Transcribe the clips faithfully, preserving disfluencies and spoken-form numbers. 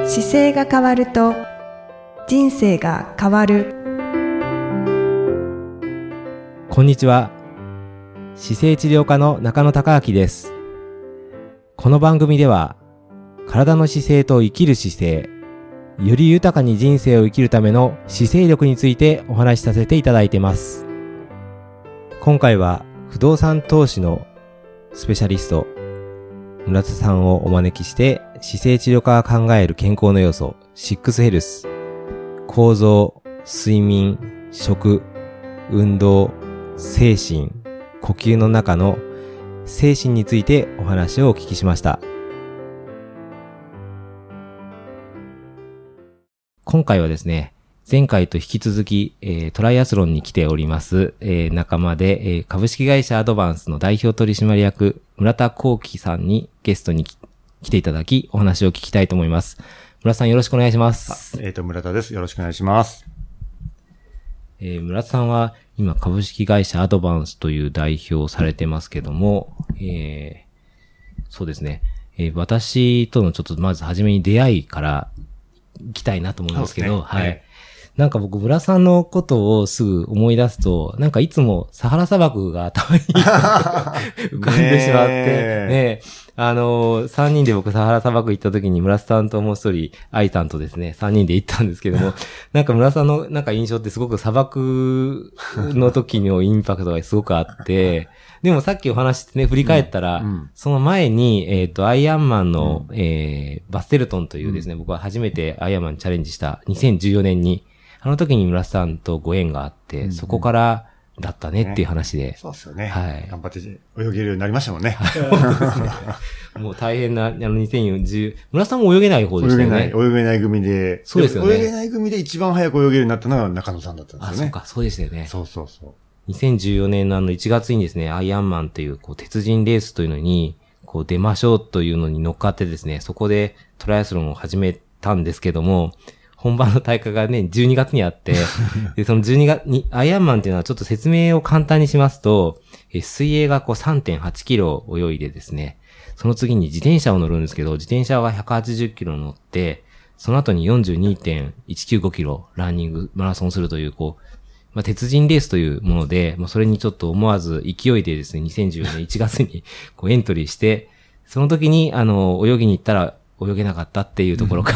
姿勢が変わると人生が変わる。 こんにちは。姿勢治療科の中野孝明です。この番組では体の姿勢と生きる姿勢、より豊かに人生を生きるための姿勢力についてお話しさせていただいています。今回は不動産投資のスペシャリスト村田さんをお招きして、姿勢治療科が考える健康の要素シックスヘルス、構造、睡眠、食、運動、精神、呼吸の中の精神についてお話をお聞きしました。今回はですね、前回と引き続き、えー、トライアスロンに来ております、えー、仲間で、えー、株式会社アドバンスの代表取締役村田幸喜さんにゲストに来ていただき、お話を聞きたいと思います。村田さん、よろしくお願いします。 えっと、村田です。よろしくお願いします。 えー、村田さんは今株式会社アドバンスという代表をされてますけども、えー、そうですね、えー、私とのちょっとまず初めに出会いから行きたいなと思うんですけど、ね、はい。えーなんか僕、村さんのことをすぐ思い出すと、なんかいつもサハラ砂漠が頭に浮かんでしまって、ね、あの、さんにんで僕サハラ砂漠行った時に村さんともう一人、愛さんとですね、さんにんで行ったんですけども、なんか村さんのなんか印象ってすごく砂漠の時のインパクトがすごくあって、でもさっきお話してね、振り返ったら、うんうん、その前に、えっと、アイアンマンの、うん、えー、バステルトンというですね、うん、僕は初めてアイアンマンにチャレンジしたにせんじゅうよねんに、あの時に村さんとご縁があって、うんうん、そこからだったねっていう話で。ね、 そうですよね。 はい。 頑張って泳げるようになりましたもんね。 もう大変な、あのにせんよんじゅう、村さんも泳げない方でしたよね。 泳げない、泳げない組で。 そうですよね。 泳げない組で一番早く泳げるようになったのが中野さんだったんですよね。 あ、そうか、そうでしたよね。 そうそうそう。 にせんじゅうよねんのあのいちがつにですね、アイアンマンという、こう、鉄人レースというのに、こう、出ましょうというのに乗っかってですね、そこでトライアスロンを始めたんですけども、本番の大会がね、じゅうにがつにあって、で、そのじゅうにがつに、アイアンマンっていうのはちょっと説明を簡単にしますと、え水泳がこう さんてんはちキロ泳いでですね、その次に自転車を乗るんですけど、自転車がひゃくはちじゅっキロ乗って、その後に よんじゅうにてんいちきゅうごキロランニング、マラソンするという、こう、まあ、鉄人レースというもので、まあ、それにちょっと思わず勢いでですね、にせんじゅうよねんいちがつにこうエントリーして、その時に、あの、泳ぎに行ったら、泳げなかったっていうところから、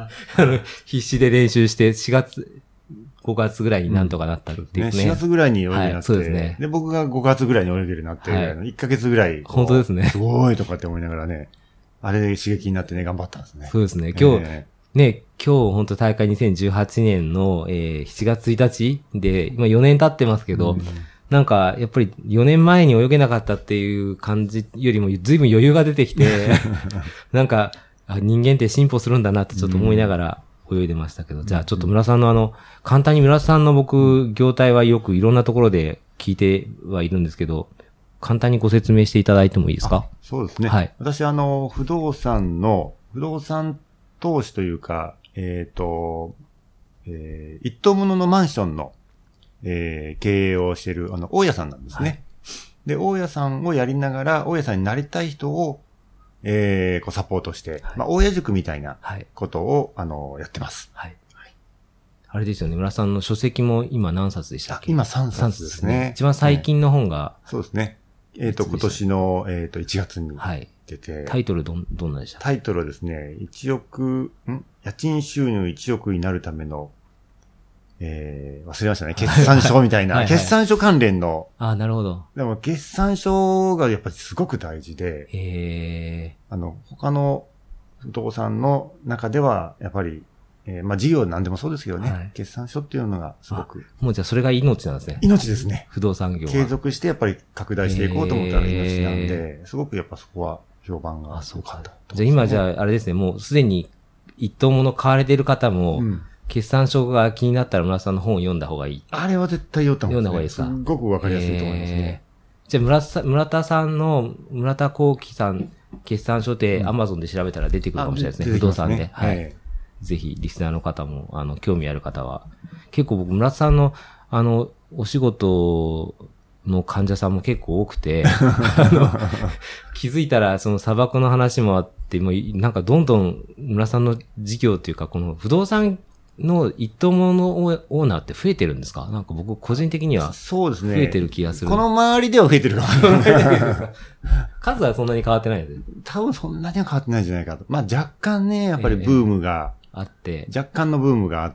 あの必死で練習してしがつ、ごがつぐらいになんとかなったっていうね。 うん、ねしがつぐらいに泳げるようになって、はい、 そうですね。 で、僕がごがつぐらいに泳げるようになって、はい、いっかげつぐらい。 本当ですね。 すごいとかって思いながらね、あれで刺激になってね、頑張ったんですね。 そうですね。今日、えー、ね、今日本当大会にせんじゅうはちねんの、えー、しちがつついたちで、今よねん経ってますけど、うんなんか、やっぱりよねんまえに泳げなかったっていう感じよりも随分余裕が出てきて、なんか、人間って進歩するんだなってちょっと思いながら泳いでましたけど、うん、じゃあちょっと村さんのあの、簡単に村さんの僕、業態はよくいろんなところで聞いてはいるんですけど、簡単にご説明していただいてもいいですか？ そうですね。 はい。 私あの、不動産の、不動産投資というか、えっと、えー、一棟物のマンションの、えー、経営をしている、あの、大家さんなんですね。はい、で、大家さんをやりながら、大家さんになりたい人を、えー、こうサポートして、はい、まあ、大家塾みたいなことを、はい、あの、やってます。はい。はい、 あれですよね、村さんの書籍も今何冊でしたっけ？ 今さんさつですね。 一番最近の本が、 はい、そうですね。えっ、ー、と、今年の、えっ、ー、と、いちがつに出て、はい、 タイトルど、どんなでしたっけ？ タイトルはですね、いちおく、ん家賃収入いちおくになるための、えー、忘れましたね。決算書みたいな。はいはい、決算書関連の。 ああ、なるほど。 でも、決算書がやっぱりすごく大事で。 へー。 あの、他の不動産の中では、やっぱり、えー、まあ、事業なんでもそうですけどね。はい、決算書っていうのがすごく。 もうじゃあそれが命なんですね。 命ですね。 不動産業は。 継続してやっぱり拡大していこうと思ったら命なんで、すごくやっぱそこは評判が良かった、ね。 じゃあ今じゃああれですね、もうすでに一棟物買われている方も、うん決算書が気になったら村さんの本を読んだ方がいい。 あれは絶対読んだ方がいい、ね。 読んだ方がいいですか？ すごくわかりやすいと思いますね。 えー、じゃあ村さ、村田さんの、村田幸喜さん、決算書で Amazon で調べたら出てくるかもしれないですね。不動産で。はい。はい、ぜひ、リスナーの方も、あの、興味ある方は。結構僕、村田さんの、あの、お仕事の患者さんも結構多くて、あの気づいたらその砂漠の話もあっ 、もうなんかどんどん村さんの事業っていうか、この不動産の一棟物のオーナーって増えてるんですか？なんか僕個人的にはそうですね。 増えてる気がする。 この周りでは増えてるかもしれない。 数はそんなに変わってないです。 多分そんなには変わってないんじゃないかと。まあ若干ね、やっぱりブームが、 えー、あって、 若干のブームがあって、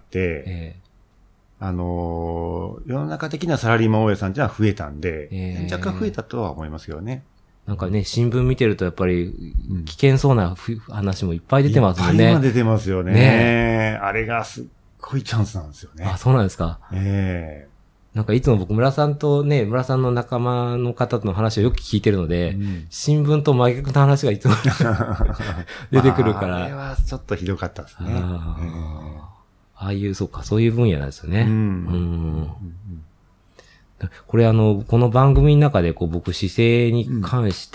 えー、あのー、世の中的なサラリーマン大家さんっていうのは増えたんで、えー、若干増えたとは思いますよね。 なんかね、新聞見てるとやっぱり危険そうな話もいっぱい出てますもんね。 いっぱい今出てますよね。ねあれがすっごいチャンスなんですよね。 あ、そうなんですか。 ええー、なんかいつも僕村さんとね、村さんの仲間の方との話をよく聞いてるので、うん、新聞と真逆な話がいつも出てくるから。 あれはちょっとひどかったですね。あ、 えー、ああいう、そうか、そういう分野なんですよね。うん。うんこれあの、この番組の中でこう僕姿勢に関して、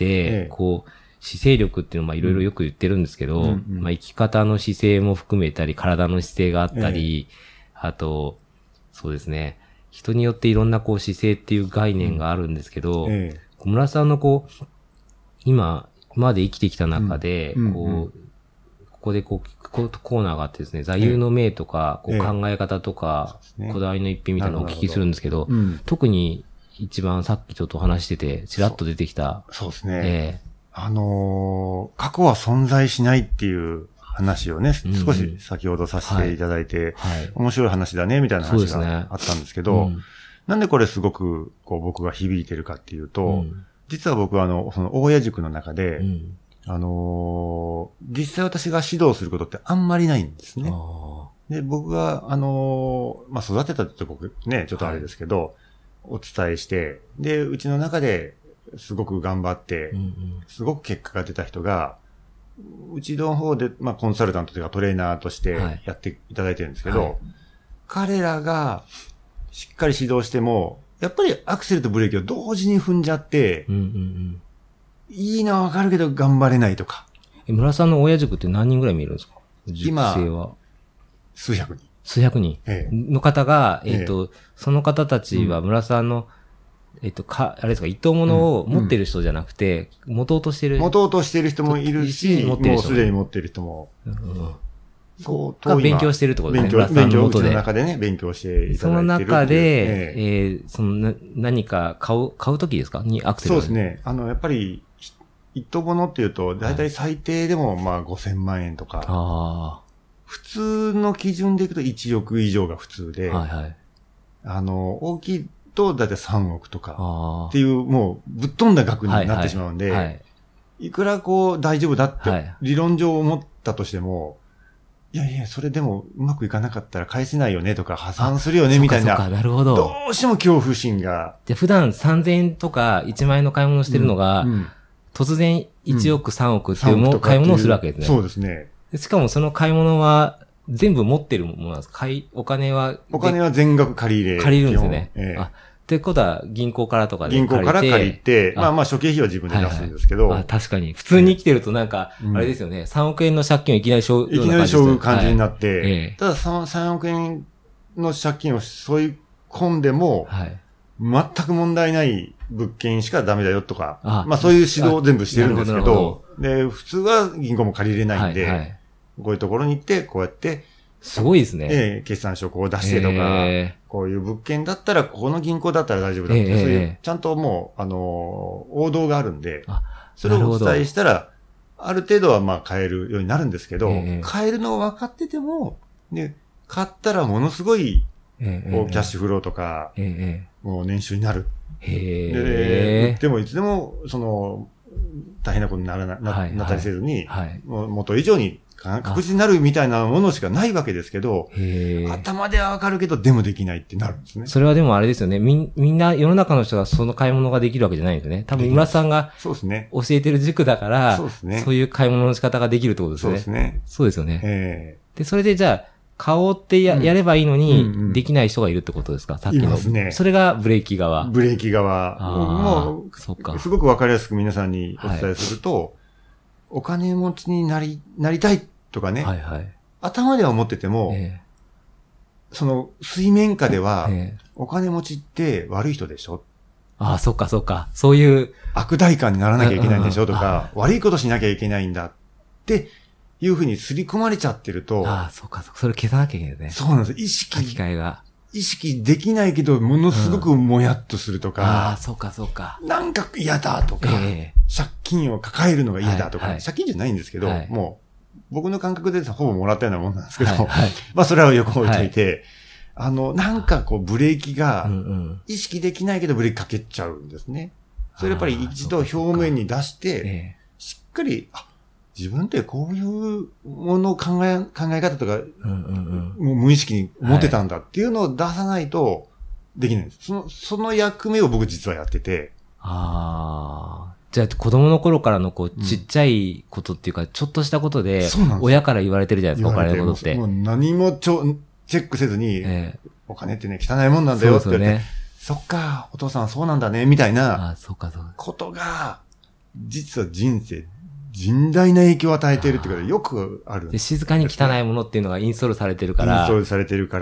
こう、姿勢力っていうのをまあいろいろよく言ってるんですけど、うんうん、まあ生き方の姿勢も含めたり、体の姿勢があったり、あと、そうですね、人によっていろんなこう姿勢っていう概念があるんですけど、小村さんのこう、今、今まで生きてきた中で、こう、ここでこう、コーナーがあってですね、座右の銘とか、こう考え方とか、こだわりの一品みたいなのをお聞きするんですけど、うん、特に一番さっきちょっと話してて、ちらっと出てきた。 そ, そうですね。えー、あのー、過去は存在しないっていう話をね、うん、少し先ほどさせていただいて、はいはい、面白い話だね、みたいな話があったんですけど、ねうん、なんでこれすごくこう僕が響いてるかっていうと、うん、実は僕はあの、その大谷塾の中で、うんあのー、実際私が指導することってあんまりないんですね。で、僕が、あのー、まあ、育てたって僕ね、ちょっとあれですけど、はい、お伝えして、で、うちの中ですごく頑張って、うんうん、すごく結果が出た人が、うちの方で、まあ、コンサルタントというかトレーナーとしてやっていただいてるんですけど、はいはい、彼らがしっかり指導しても、やっぱりアクセルとブレーキを同時に踏んじゃって、うんうんうんいいのはわかるけど頑張れないとか。 え、村さんの親塾って何人ぐらい見るんですか？ 今、塾生は。数百人。 数百人の方が、えっ、ー、と、ええ、その方たちは村さんの、うん、えっ、ー、と、か、あれですか、一等物を持ってる人じゃなくて、うん、持とうとしてる。 持とうとしてる人もいるし、もうすでに持ってる人も。うんそうが勉強してるってことですね。 勉強、勉強、うちの中でね、勉強していただいてる。 その中で、ええー、その何か買う、買うときですかにアクセルそうですね。あの、やっぱり、一等物っていうと、だいたい最低でもまあごせんまんえんとか。あ普通の基準でいくといちおく以上が普通で、はいはい、あの、大きいとだいたいさんおくとかっていう、もうぶっ飛んだ額になってしまうんで、はいはいはい、いくらこう大丈夫だって理論上思ったとしても、いやいや、それでもうまくいかなかったら返せないよねとか破産するよねみたいな。 そうかそうか、なるほど。 どうしても恐怖心が。 じゃ普段さんぜんえんとかいちまんえんの買い物してるのが、うんうん突然いちおく、さんおくっていうも、うん、買い物をするわけですね。 そうですね。 しかもその買い物は全部持ってるものなんですか？買い、お金は。 お金は全額借り入れ。 借りるんですよね。ええ、あ、ってことは銀行からとかで借りて。 銀行から借りて、まあまあ諸経費は自分で出すんですけど。はいはい、 あ確かに。普通に生きてるとなんか、あれですよね、うん、さんおくえんの借金をいきなり背負う。 いきなり背負う感じになって、はいええ、ただ 3, さんおくえんの借金を背負い込んでも、はい全く問題ない物件しかダメだよとか、あまあそういう指導を全部してるんですけど、どで、普通は銀行も借りれないんで、はいはい、こういうところに行って、こうやって、 すごいですね。 ええ、決算書こう出してとか、えー、こういう物件だったら、ここの銀行だったら大丈夫だって、えー、そういう、ちゃんともう、あのー、王道があるんで、それをお伝えしたら、ある程度はまあ買えるようになるんですけど、えー、買えるのを分かってても、ね、買ったらものすごい、えー、こうキャッシュフローとか、えーもう年収になる。へで、でもいつでも、その、大変なことにならな、な、はい、なったりせずに、はい、もう元以上に確実になるみたいなものしかないわけですけど、頭ではわかるけど、でもできないってなるんですね。 それはでもあれですよね。み、みんな、世の中の人がその買い物ができるわけじゃないんですよね。多分、村さんが、そうですね。教えてる塾だから、そうですね。そういう買い物の仕方ができるってことですね。そうですね。そうですよね。えー、で、それでじゃあ、買おうってや、うん、やればいいのに、うんうん、できない人がいるってことですかさっきの。いますね。それがブレーキ側。 ブレーキ側。もう、そっか。すごくわかりやすく皆さんにお伝えすると、はい、お金持ちになり、なりたいとかね。はいはい。頭では思ってても、えー、その、水面下では、えー、お金持ちって悪い人でしょああ、そっかそっか。そういう。 悪代官にならなきゃいけないんでしょとか、悪いことしなきゃいけないんだっっていうふうに刷り込まれちゃってると。 ああ、そうか、そうか。それ消さなきゃいけないね。 そうなんです。意識。 書き換えが。 意識できないけど、ものすごくもやっとするとか。うん、 ああ、そうか、そうか。 なんか嫌だとか、えー、借金を抱えるのが嫌だとか、はいはい、借金じゃないんですけど、はい、もう、僕の感覚でほぼもらったようなもんなんですけど、はいはい、まあそれは横置いといて、はい、あの、なんかこうブレーキが、意識できないけどブレーキかけちゃうんですね。それやっぱり一度表面に出して、しっかり、あ、自分ってこういうもの考え、考え方とか、うんうんうん、もう無意識に持ってたんだっていうのを出さないとできないんです。その、その役目を僕実はやってて。 ああ。じゃあ子供の頃からのこう、ちっちゃいことっていうか、ちょっとしたことで、親から言われてるじゃないですか、お金のことって。 もう何もちょ、チェックせずに、えー、お金ってね、汚いもんなんだよって言って、そっか、お父さんそうなんだね、みたいな、ことが、実は人生、甚大な影響を与えているってことがよくあるんで、静かに汚いものっていうのがインストールされてるから。 インストールされてるから、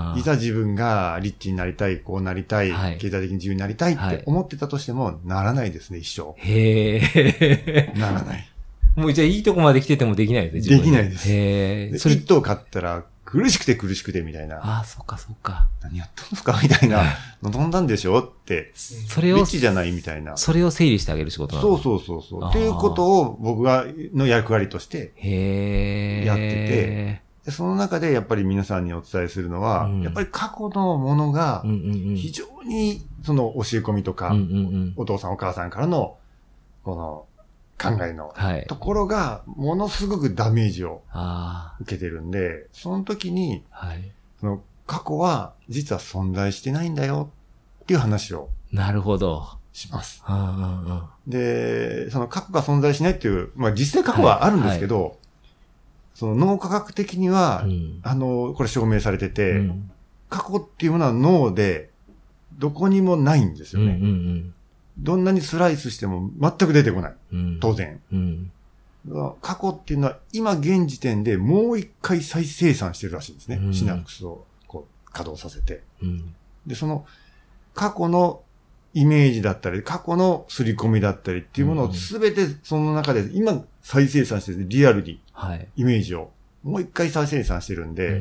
いざ自分がリッチになりたい、こうなりたい、はい、経済的に自由になりたいって思ってたとしても、ならないですね、一生。 へー。 ならない。 もうじゃあいいとこまで来ててもできないですね、できないです。 へー。それ一頭買ったら、苦しくて苦しくてみたいな。 ああ、そっかそっか。 何やったんですかみたいな。望んだんでしょって。それを。リッチじゃないみたいな。 それを整理してあげる仕事なの？ そうそうそうそう。っていうことを僕が、の役割として、やってて、でその中でやっぱり皆さんにお伝えするのは、うん、やっぱり過去のものが、非常にその教え込みとか、うんうんうん、お父さんお母さんからの、この、考えのところが、ものすごくダメージを受けてるんで、その時に、はい、その過去は実は存在してないんだよっていう話を。 なるほど。 します。 うんうんうん、 で、その過去が存在しないっていう、まあ実際過去はあるんですけど、はいはい、その脳科学的には、うん、あの、これ証明されてて、うん、過去っていうものは脳でどこにもないんですよね。うんうんうん、どんなにスライスしても全く出てこない。うん、当然、うん。過去っていうのは今現時点でもう一回再生産してるらしいんですね。うん、シナプスをこう稼働させて、うん。で、その過去のイメージだったり、過去の刷り込みだったりっていうものをすべてその中で今再生産してるリアルにイメージをもう一回再生産してるんで、うんうん、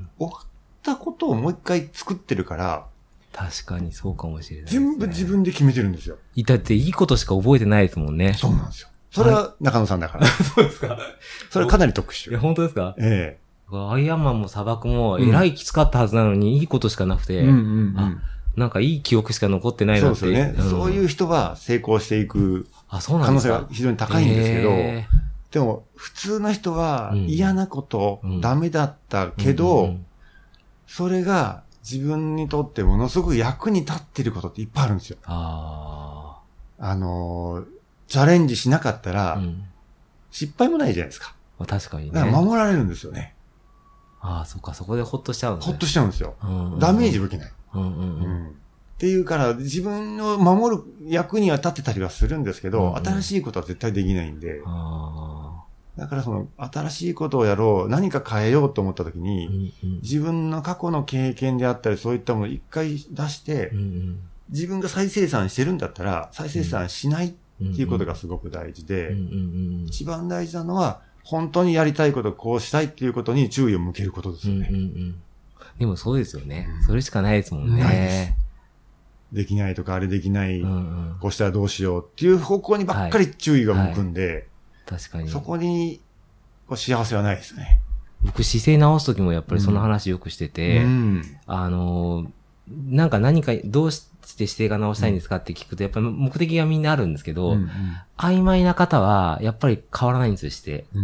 終わったことをもう一回作ってるから、 確かにそうかもしれないですね。全部自分で決めてるんですよ。 だっていいことしか覚えてないですもんね。 そうなんですよ。それは中野さんだから。 そうですか。 それはかなり特殊。 いや、本当ですか？ ええ。アイアンマンも砂漠もえらいきつかったはずなのに、うん、いいことしかなくて、うんうんうん、あ、なんかいい記憶しか残ってないなって。 そうですよね、うん。そういう人は成功していく可能性が非常に高いんですけど、えー、でも普通の人は嫌なこと、うん、ダメだったけど、うんうんうん、それが自分にとってものすごく役に立っていることっていっぱいあるんですよ。ああの、チャレンジしなかったら、うん、失敗もないじゃないですか。 確かにね。 だから守られるんですよね。 ああ、そっか、そこでホッとしちゃうんですね。ホッとしちゃうんですよ。うんうんうん、ダメージ受けない。うんうんうんうん、っていうから、自分を守る役には立ってたりはするんですけど、うんうん、新しいことは絶対できないんで。あだからその、新しいことをやろう、何か変えようと思った時に、うんうん、自分の過去の経験であったり、そういったものを一回出して、うんうん、自分が再生産してるんだったら、再生産しないっていうことがすごく大事で、うんうん、一番大事なのは、本当にやりたいこと、こうしたいっていうことに注意を向けることですよね。うんうんうん、 でもそうですよね、うん。それしかないですもんね。ないです。 できないとか、あれできない、うんうん、こうしたらどうしようっていう方向にばっかり注意が向くんで、はいはい確かに。 そこに、幸せはないですね。 僕、姿勢直すときもやっぱりその話よくしてて、うん、あの、なんか何か、どうして姿勢が直したいんですかって聞くと、やっぱり目的がみんなあるんですけど、うんうん、曖昧な方は、やっぱり変わらないんですよ、姿勢。うん、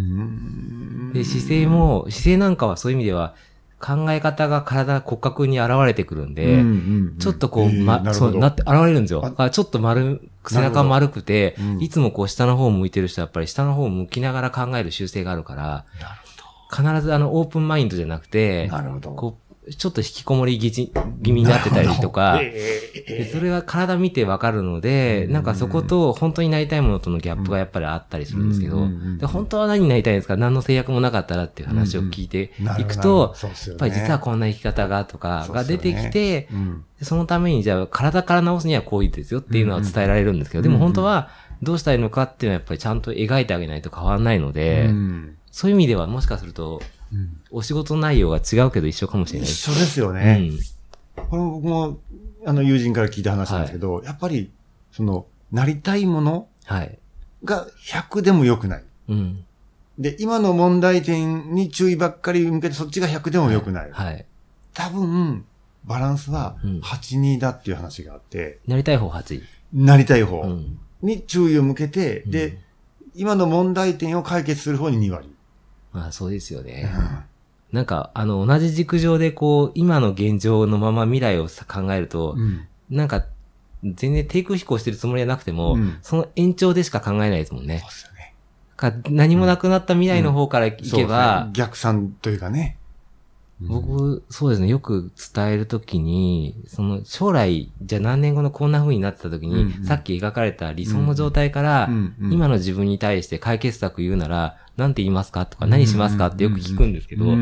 で、姿勢も、姿勢なんかはそういう意味では、考え方が体、骨格に現れてくるんで、うんうんうん、ちょっとこう、ま、えー、そうなって、現れるんですよ。あちょっと丸、背中丸くて、うん、いつもこう下の方を向いてる人はやっぱり下の方を向きながら考える習性があるから、なるほど必ずあのオープンマインドじゃなくて、なるほどこうちょっと引きこもり気味になってたりとか、えー、でそれは体見てわかるので、なんかそこと本当になりたいものとのギャップがやっぱりあったりするんですけど、うんうんうんうん、で本当は何になりたいんですか何の制約もなかったらっていう話を聞いていくと、うんうんね、やっぱり実はこんな生き方がとかが出てきて、そ, ねうん、そのためにじゃあ体から直すにはこういいですよっていうのは伝えられるんですけど、うんうん、でも本当はどうしたらいいのかっていうのはやっぱりちゃんと描いてあげないと変わんないので、 うん、 そういう意味ではもしかすると、うん、お仕事内容が違うけど一緒かもしれないです。 一緒ですよね。うん、これも僕も、あの友人から聞いた話なんですけど、はい、やっぱり、その、なりたいものがひゃくでも良くない。うん、で、今の問題点に注意ばっかり向けてそっちがひゃくでも良くない。はいはい、多分、バランスははちにだっていう話があって。 うん、なりたい方はち。 なりたい方に注意を向けて、うん、で、今の問題点を解決する方にに割。 まあそうですよね。うん、なんか、あの、同じ軸上でこう、今の現状のまま未来を考えると、うん、なんか、全然低空飛行してるつもりはなくても、うん、その延長でしか考えないですもんね。そうですよね。か何もなくなった未来の方からいけば、 うんうんね、逆算というかね。 僕、そうですね、よく伝えるときに、その将来、じゃあ何年後のこんな風になってたときに、うんうん、さっき描かれた理想の状態から、うんうん、今の自分に対して解決策言うなら、なんて言いますかとか、何しますかってよく聞くんですけど、うんうん、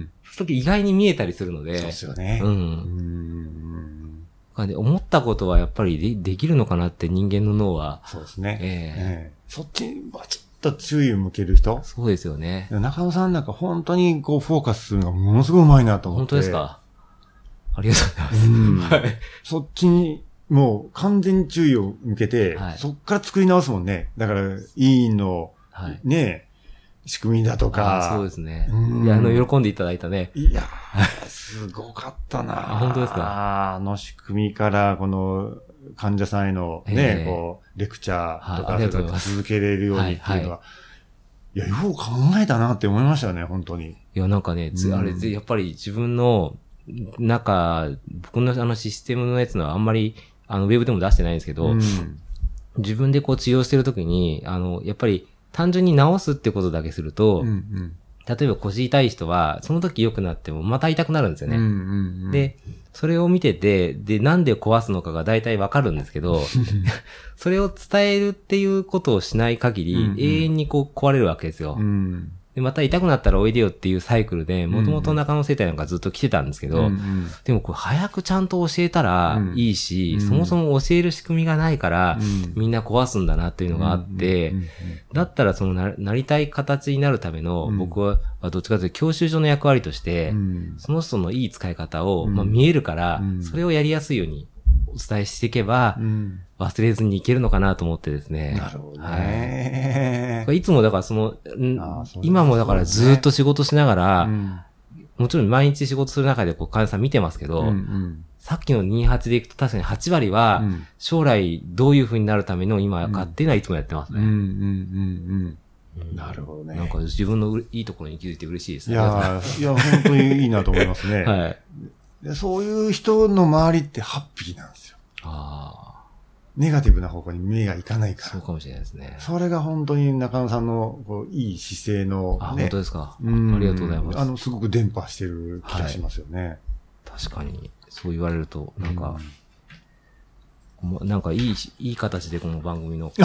その時意外に見えたりするので、 そうですよね。うん。 うん、思ったことはやっぱり で, できるのかなって人間の脳は。 そうですね。えーえー、そっちにバチッと注意を向ける人。 そうですよね。 中野さんなんか本当にこうフォーカスするのがものすごい上手いなと思って。 本当ですか？ありがとうございます。うん、はい。 そっちにもう完全に注意を向けて、はい、そっから作り直すもんね。だから、委員の、はい、ね、仕組みだとか。 そうですね。いや、あの、喜んでいただいたね。 いや、すごかったな。 あ、本当ですか？ あの仕組みから、この、患者さんへのね、えー、こう、レクチャーとか、はい、続けれるようにっていうのは、はいはい、いや、よく考えたなって思いましたよね、本当に。 いや、なんかね、うん、あれ、やっぱり自分の、中、僕のあのシステムのやつのはあんまり、あの、ウェブでも出してないんですけど、うん、自分でこう治療してるときに、あの、やっぱり単純に治すってことだけすると、うんうん、例えば腰痛い人は、その時良くなってもまた痛くなるんですよね。うんうんうん、で、それを見てて、で、なんで壊すのかが大体わかるんですけど、それを伝えるっていうことをしない限り、うんうん、永遠にこう壊れるわけですよ。うん、で、また痛くなったらおいでよっていうサイクルで、もともと中野生態なんかずっと来てたんですけど、うんうん、でもこれ早くちゃんと教えたらいいし、うん、そもそも教える仕組みがないから、うん、みんな壊すんだなっていうのがあって、うんうんうん、だったらその な, なりたい形になるための、うん、僕はどっちかというと教習所の役割として、うん、その人のいい使い方を、うんまあ、見えるから、うん、それをやりやすいようにお伝えしていけば、うん忘れずにいけるのかなと思ってですね。 なるほどね。 はい。いつもだからその、今もだからずっと仕事しながら、うん、もちろん毎日仕事する中でこう患者さん見てますけど、うんうん、さっきのにじゅうはちでいくと確かにはち割は、将来どういう風になるための今かっていうのはいつもやってますね。うんうんうんうん、なるほどね。 なんか自分のいいところに気づいて嬉しいですね。 いやいや、本当にいいなと思いますね。はい。でそういう人の周りってハッピーなんですよ。ああ。ネガティブな方向に目がいかないから。 そうかもしれないですね。 それが本当に中野さんのこういい姿勢の、ね。 あ、本当ですか。うん。ありがとうございます。 あの、すごく伝播してる気がしますよね。はい、 確かに、そう言われると、なんか、うん、なんかいい、いい形でこの番組の。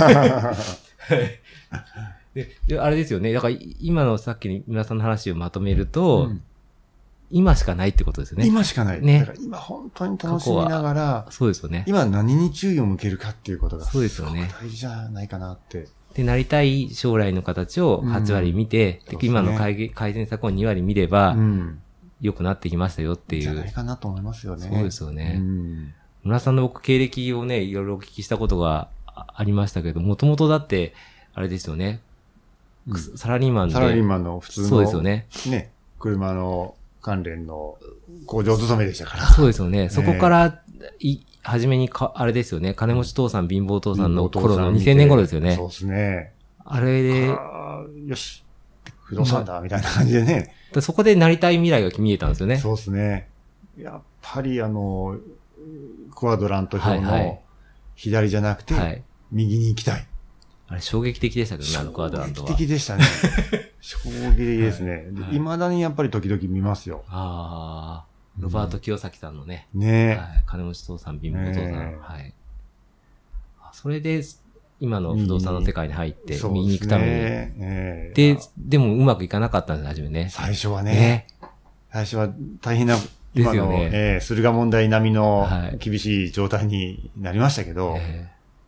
でで、あれですよね。だから今のさっき皆さんの話をまとめると、うん今しかないってことですよね。 今しかない。ね。だから今本当に楽しみながら、 そうですよね。 今何に注意を向けるかっていうことが、 そうですよね。 大事じゃないかなって。 で、なりたい将来の形をはち割見て、うん、で今の改善、改善策をに割見れば、うん、良くなってきましたよっていう。 じゃないかなと思いますよね。 そうですよね。うん、村さんの僕経歴をね、いろいろお聞きしたことがありましたけど、もともとだって、あれですよね、うん。サラリーマンで。 サラリーマンの普通の。 そうですよね。 ね、車の、関連の工場勤めでしたから。 そうですよね。そこから、い、はじめにか、あれですよね。金持ち父さん、貧乏父さんの頃のにせんねん頃ですよね。 そうですね。 あれで、 よし、不動産だ、みたいな感じでね。 そこでなりたい未来が見えたんですよね。 そうですね。やっぱりあの、クアドラント表の左じゃなくて、はいはい、右に行きたい。 あれ衝撃的でしたけどね、あのクアドラントは。 衝撃的でしたね。衝撃的ですね。はい、未だにやっぱり時々見ますよ。 ああ、ロバート清崎さんのね。 うん、ね、 はい、金持ち父さん、貧乏父さん。ね、はい。それで、今の不動産の世界に入って、見に行くために。ね、で、でもうまくいかなかったんです、初めね。 最初はね。ね最初は大変な、今の、ねえー、駿河問題並みの厳しい状態になりましたけど、えー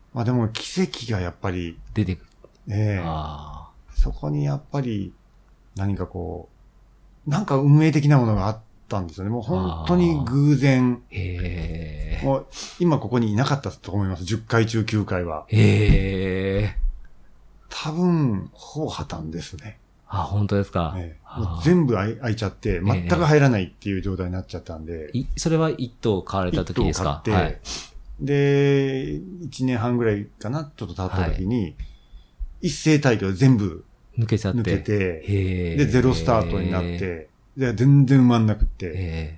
まあでも奇跡がやっぱり、 出てくる。 ええあそこにやっぱり何かこう、なんか運命的なものがあったんですよね。もう本当に偶然。 へえ。 もう今ここにいなかったと思います。じゅっかい中きゅうかいは。 へえ。 多分、ほぼ破綻ですね。 あ、本当ですか。 ええ、もう全部開い開いちゃって、全く入らないっていう状態になっちゃったんで。 いそれは一頭買われた時ですか？ 一頭買って、はい、で、いちねんはんぐらいかな、ちょっと経った時に、はい、一斉退去全部抜けちゃって。 抜けて、で、ゼロスタートになって、で、全然埋まんなくって、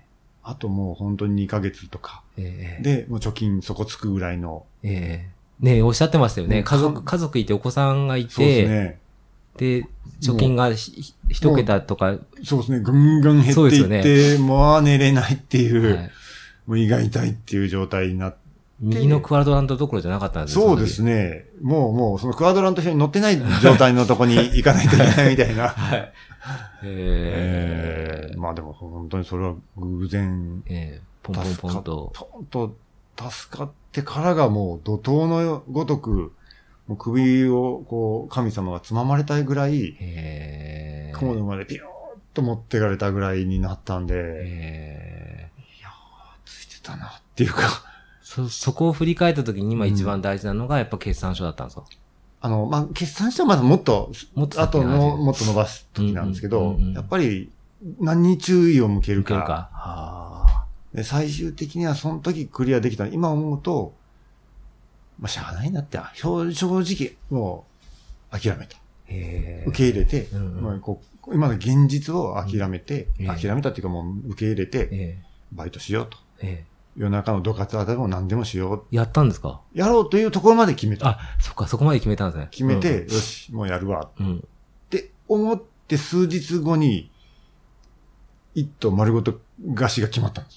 あともう本当ににかげつとか、で、もう貯金そこつくぐらいの。 えー、ねえ、おっしゃってましたよね。家族、家族いてお子さんがいて、そうですね。で、貯金が一桁とか。 そうですね。ぐんぐん減っていって、ね、もう寝れないっていう、はい、もう胃が痛いっていう状態になって。 右のクワドラントどころじゃなかったんですね。そうですね。もうもう、そのクワドラント表に乗ってない状態のとこに行かないといけないみたいな。はい。えー、えー、まあでも本当にそれは偶然。 えー、ポンポンポンと。 ポンと助かってからがもう怒涛のごとく、もう首をこう神様がつままれたいぐらい、雲の上でピヨーッと持ってかれたぐらいになったんで、いやー、ついてたなっていうかそ、そこを振り返った時に今一番大事なのがやっぱ決算書だったんですか？ あの、まあ、決算書はまだもっと、もっと後のもっと伸ばす時なんですけど、やっぱり何に注意を向けるか。向けるか。はで最終的にはその時クリアできた。今思うと、まあ、しゃあないなって、正直、もう、諦めた。受け入れて、うんうんまあ、こう今の現実を諦めて、うん、諦めたっていうかもう受け入れて、バイトしようと。夜中のどかつあでも何でもしよう。 やったんですか？ やろうというところまで決めた。 あ、そっか、そこまで決めたんですね。 決めて、うん、よし、もうやるわ。うん、って思って数日後に、一頭丸ごと餓死が決まったんです。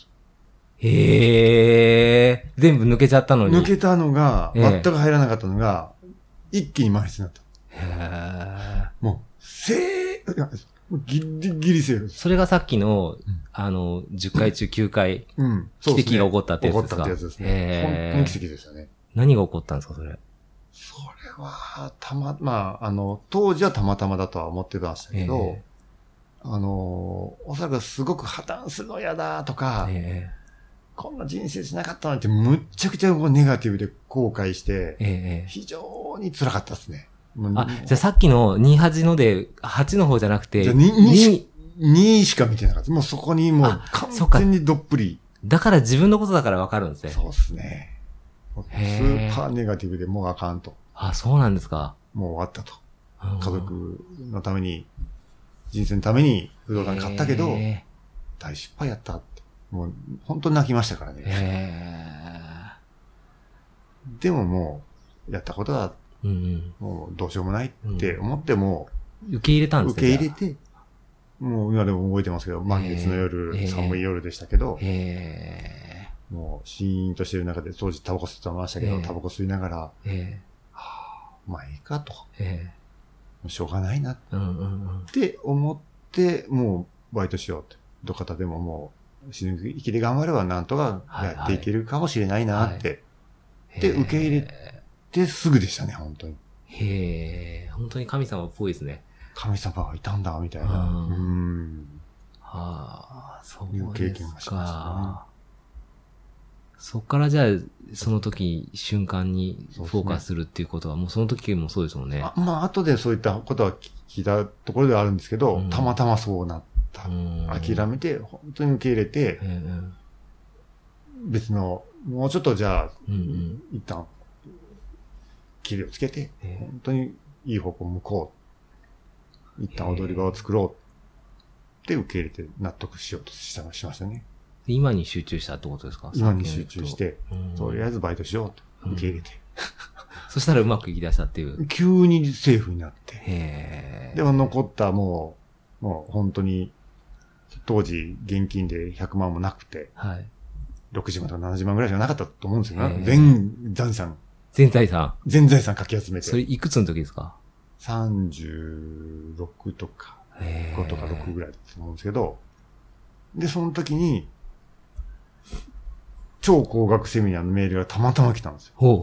へえ、全部抜けちゃったのに。 抜けたのが、全く入らなかったのが、えー、一気に満室になった。へー。もう、せー、ギリギリセーフ。 それがさっきの、うん、あの、じゅっかい中きゅうかい、うん、奇跡が起こったってやつですか？ 起こったってやつですね。本当に奇跡でしたね。 何が起こったんですか、それ。 それは、たま、まあ、あの、当時はたまたまだとは思ってましたけど、あの、おそらくすごく破綻するの嫌だとか、こんな人生しなかったなんてむっちゃくちゃネガティブで後悔して、非常に辛かったですね。 あ、じゃあさっきのにはちので、はちの方じゃなくて、 に、に、にしか見てなかった。もうそこにもう完全にどっぷり。 だから自分のことだからわかるんですね。 そうですね。スーパーネガティブでもうあかんと。 あ、そうなんですか。 もう終わったと。家族のために、人生のために不動産買ったけど、大失敗やったって。もう本当に泣きましたからね。でももう、やったことは、うんうん、もうどうしようもないって思っても、 うん、受け入れたんですね。 受け入れて、もう今でも覚えてますけど、満月の夜、寒い夜でしたけど、もうシーンとしてる中で、当時タバコ吸ってましたけど、タバコ吸いながら、はあ、まあいいかと。もうしょうがないなって思って、もうバイトしようって。ど方でももう死ぬ生きで頑張ればなんとかやっていけるかもしれないなって。で、受け入れてすぐでしたね、本当に。 へえ、本当に神様っぽいですね。 神様がいたんだ、みたいな。うん。 はあ、そういう経験がしましたね。 そっからじゃあ、その時、瞬間にフォーカスするっていうことは、もうその時もそうですもんね。 あまあ、後でそういったことは聞いたところではあるんですけど、うん、たまたまそうなった。うん、諦めて、本当に受け入れて、うん、別の、もうちょっとじゃあ、うんうん、一旦、切りをつけて、えー、本当にいい方向向こう。一旦踊り場を作ろうって受け入れて納得しようとしたしましたね。 今に集中したってことですか？ 今に集中して、とりあえずバイトしようと受け入れて。 うん、そしたらうまくいき出したっていう。 急にセーフになって。へでも残ったもう、もう本当に、当時現金でひゃくまんもなくて、はい、ろくじゅうまんとかななじゅうまんぐらいしかなかったと思うんですよね。全財産。 全財産全財産かき集めて。 それいくつの時ですか？ さんじゅうろくとか、ごとかろくぐらいだと思うんですけど、で、その時に、超高額セミナーのメールがたまたま来たんですよ。ほう。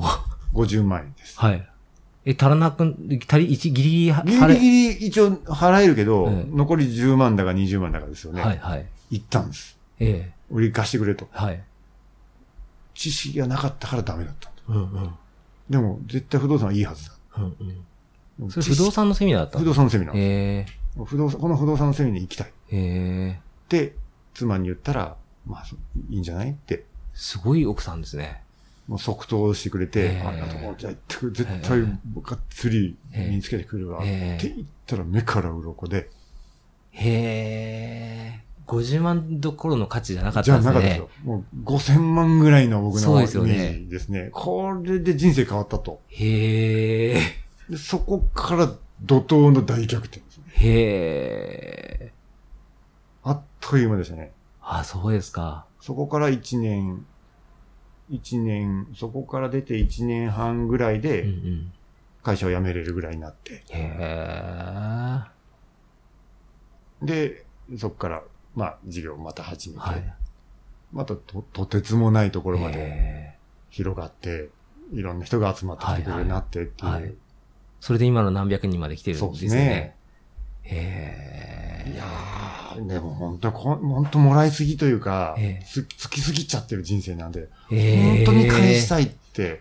ごじゅうまんえんです。 はい。え、足らなく、足り、一、ギリギリは、 ギリギリ一応払えるけど、 うん、 残りじゅうまんだかにじゅうまんだかですよね。 はいはい。 行ったんです。 ええ。 売り貸してくれと。 はい。 知識がなかったからダメだったんだ。 うんうん。 でも、絶対不動産はいいはずだ。 うんうん。それ不動産のセミナーだった不動産のセミナー。 へえ。 不動産、この不動産のセミナーに行きたい。へえ。 で、妻に言ったら、まあ、いいんじゃないって。 すごい奥さんですね。 もう即答してくれて、ありがとう。じゃあ、絶対、がっつり身につけてくるわ。って言ったら目から鱗で。 へえ。ごじゅうまんどころの価値じゃなかったんですね。じゃなかったですよ。 もうごせんまんぐらいの僕のイメそうですよね。 ージですね。これで人生変わったと。 へえ。 でそこから怒涛の大逆転ですね。 へえ。 あっという間でしたね。 あ、そうですか。 そこからいちねん、いちねん、そこから出ていちねんはんぐらいで、会社を辞めれるぐらいになって。 うんうん、へー。で、そこから、まあ、事業をまた始めて、はい、またと、とてつもないところまで広がって、いろんな人が集まってきてくれるようになってっていう、はいはい。 それで今の何百人まで来てるんですね。そうですね。 へー。いやー、でも本当本当もらいすぎというか、つ、つきすぎちゃってる人生なんで、本当に返したいって、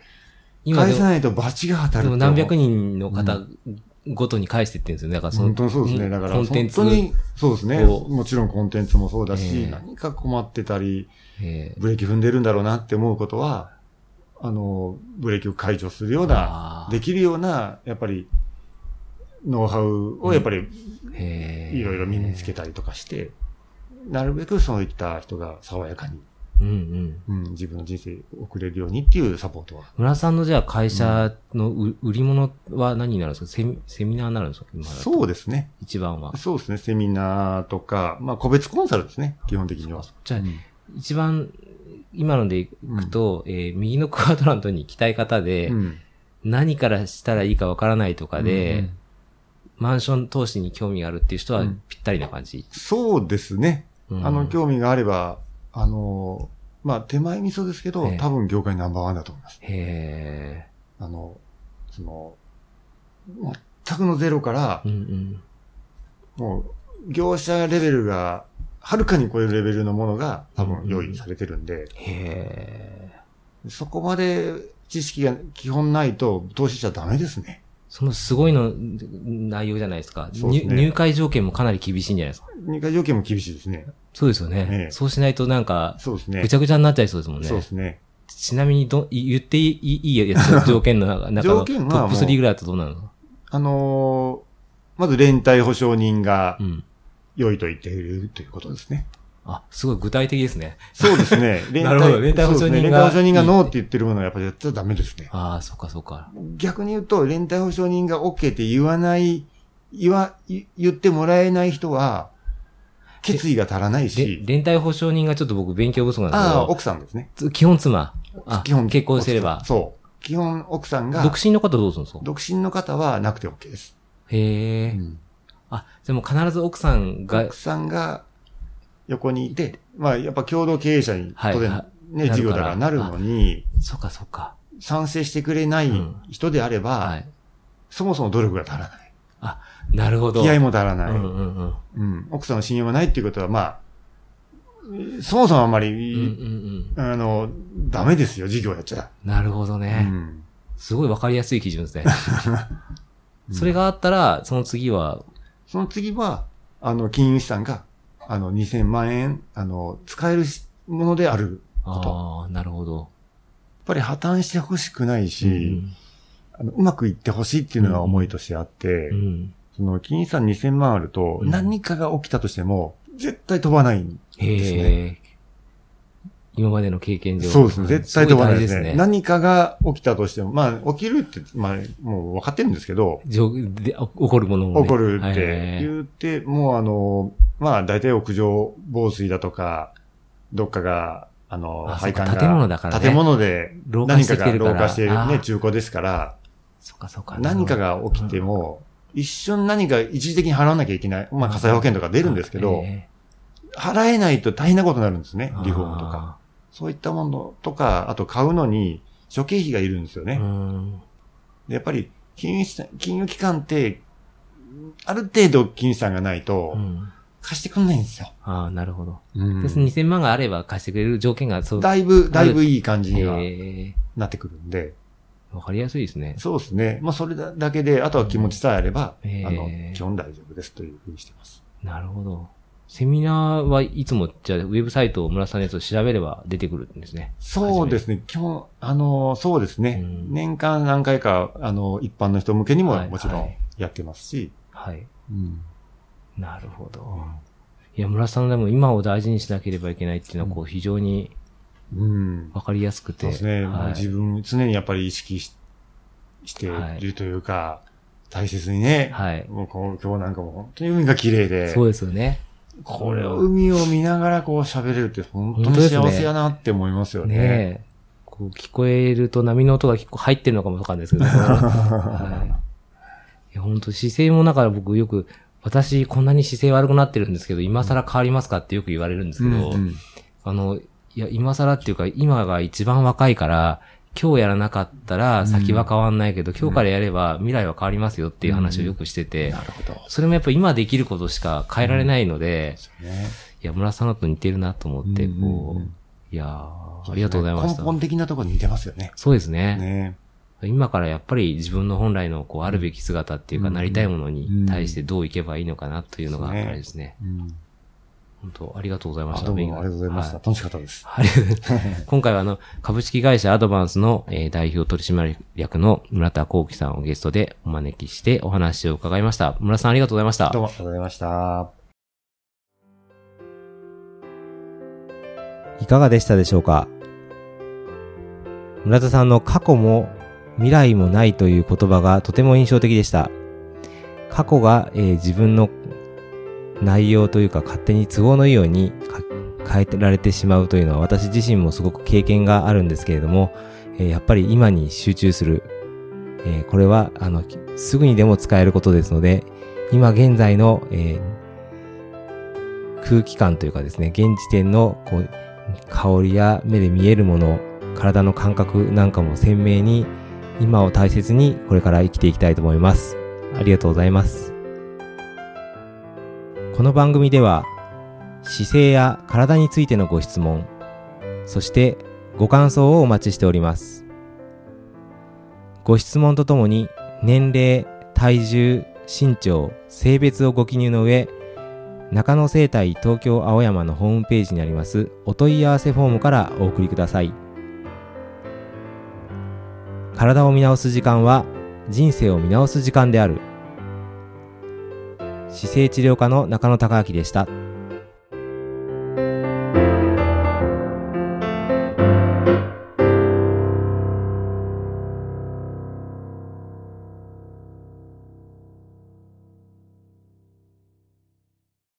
返さないと罰が当たるって。 でも何百人の方、うんごとに返してって言うんですよね。だからその本当にそうですね。だからコンテンツ。 本当にそうですね。もちろんコンテンツもそうだし、何か困ってたり、ブレーキ踏んでるんだろうなって思うことは、あの、ブレーキを解除するような、できるような、やっぱり、ノウハウをやっぱり、いろいろ身につけたりとかして、なるべくそういった人が爽やかに、うんうんうん、自分の人生を送れるようにっていうサポートは。 村さんのじゃあ会社の売り物は何になるんですか？セミ、セミナーになるんですか？今だとそうですね。 一番は。 そうですね。セミナーとか、まあ個別コンサルですね。基本的には。 じゃあ、うん、一番、今のでいくと、うん、えー、右のクワドラントに行きたい方で、うん、何からしたらいいかわからないとかで、うんうん、マンション投資に興味があるっていう人はぴったりな感じ、うん、 そうですね。うん、あの、興味があれば、あの、まあ、手前味噌ですけど、多分業界ナンバーワンだと思います。へー。あの、その、全くのゼロから、うんうん、もう、業者レベルが、はるかに超えるレベルのものが多分用意されてるんで、うんうん、へー。そこまで知識が基本ないと投資しちゃダメですね。 そのすごいの内容じゃないですか。そうですね、入会条件もかなり厳しいんじゃないですか。 入会条件も厳しいですね。 そうですよね。ええ、そうしないとなんか、 そうですね。 ぐちゃぐちゃになっちゃいそうですもんね。 そうですね。 ちなみにど、言っていい、いいやつ、条件の中のトップスリーぐらいだとどうなるの？ あのー、まず連帯保証人が良いと言っているということですね。 うん、あ、すごい具体的ですね。 そうですね。連帯、なるほど。連帯保証人が。連帯保証人がノーって言ってるものはやっぱりやったらダメですね。 ああ、そっかそっか。 逆に言うと、連帯保証人が OK って言わない、言わ、言ってもらえない人は、決意が足らないし。 連帯保証人がちょっと僕勉強不足なんですけど。 ああ、奥さんですね。 基本妻。基本。結婚してれば。 そう。基本奥さんが。 独身の方どうするんですか？ 独身の方はなくて OK です。 へえ、うん。あ、でも必ず奥さんが。 奥さんが横にいて、まあやっぱ共同経営者に、当然、はい、ね、事業だからなるのに。 そっかそっか。 賛成してくれない人であれば、うんはい、そもそも努力が足らない。 あ、なるほど。 気合も足らない。 うんうんうんうん、奥さんの信用がないっていうことは、まあ、そもそもあんまり、うんうんうん、あの、ダメですよ、事業やっちゃ。 なるほどね。うん、すごいわかりやすい基準ですね。それがあったら、その次はその次は、あの、金融資産が、あの、にせんまんえん、あの、使えるものであること。 ああ、なるほど。やっぱり破綻してほしくないし、うんあの、うまくいってほしいっていうのが思いとしてあって、うん、その金融資産にせんまんあると、何かが起きたとしても、絶対飛ばないんですね。へ今までの経験上。 そうですね。絶対飛ばないですね。すね何かが起きたとしても、まあ、起きるって、まあ、もう分かってるんですけど。 で起こるものも、ね。 起こるって言って、もうあの、まあ、大体屋上防水だとか、どっかが、あの、 あ配管が。 建物だからね。 建物で、何かが老化しているね、中古ですから、 そかそか何かが起きても、うん、一瞬何か一時的に払わなきゃいけない。まあ、火災保険とか出るんですけど、えー、払えないと大変なことになるんですね。リフォームとか。そういったものとか、あと買うのに、 諸経費がいるんですよね。 うん、 でやっぱり金融資産、金融機関って、ある程度金融資産がないと、貸してくんないんですよ。 うん、ああ、なるほど。 うん、 です。にせんまんがあれば貸してくれる条件がそう。 だいぶ、だいぶいい感じにはなってくるんで。 わかりやすいですね。 そうですね。まあそれだけで、あとは気持ちさえあれば、 うん、 あの、基本大丈夫ですというふうにしてます。 なるほど。セミナーはいつも、じゃあ、ウェブサイトを村さんのやつを調べれば出てくるんですね。 そうですね。基本、あの、そうですね。うん、年間何回か、あの、一般の人向けにももちろんやってますし。 はい。はいうん、 なるほど。うん、いや、村さんでも今を大事にしなければいけないっていうのは、こう、非常に、うん。わかりやすくて。 そうですね。はい、自分、常にやっぱり意識し、しているというか、はい、大切にね。はい。もうこう今日なんかも本当に海が綺麗で。 そうですよね。 これを海を見ながらこう喋れるって本当に幸せやなって思いますよね。ねえ。 こう聞こえると波の音が結構入ってるのかもわかんないですけど、はい。いや本当姿勢もだから僕よく、私こんなに姿勢悪くなってるんですけど、今更変わりますかってよく言われるんですけど、うんうん、あの、いや、今更っていうか今が一番若いから、今日やらなかったら先は変わんないけど、うん、今日からやれば未来は変わりますよっていう話をよくしてて、うん、なるほど。それもやっぱ今できることしか変えられないので、うんね、いや、村さんのと似てるなと思って、こう、うんうん、いやー、ありがとうございました。 根本的なところに似てますよね。 そうですね。ね、今からやっぱり自分の本来のこうあるべき姿っていうか、なりたいものに対してどういけばいいのかなというのがあれですね。うん、本当、ありがとうございました。 どうもありがとうございました。はい、楽しかったです。 ありがとうございます。今回はあの、株式会社アドバンスの、えー、代表取締役の村田幸喜さんをゲストでお招きしてお話を伺いました。村田さんありがとうございました。 どうもありがとうございました。 いかがでしたでしょうか？村田さんの過去も未来もないという言葉がとても印象的でした。過去が、えー、自分の内容というか勝手に都合のいいように変えられてしまうというのは私自身もすごく経験があるんですけれども、えー、やっぱり今に集中する、えー、これはあのすぐにでも使えることですので、今現在の、えー、空気感というかですね、現時点のこう香りや目で見えるもの、体の感覚なんかも鮮明に今を大切にこれから生きていきたいと思います。ありがとうございます。この番組では姿勢や体についてのご質問、そしてご感想をお待ちしております。ご質問とともに年齢、体重、身長、性別をご記入の上、中野生態東京青山のホームページにありますお問い合わせフォームからお送りください。体を見直す時間は人生を見直す時間である。姿勢治療科の中野孝明でした。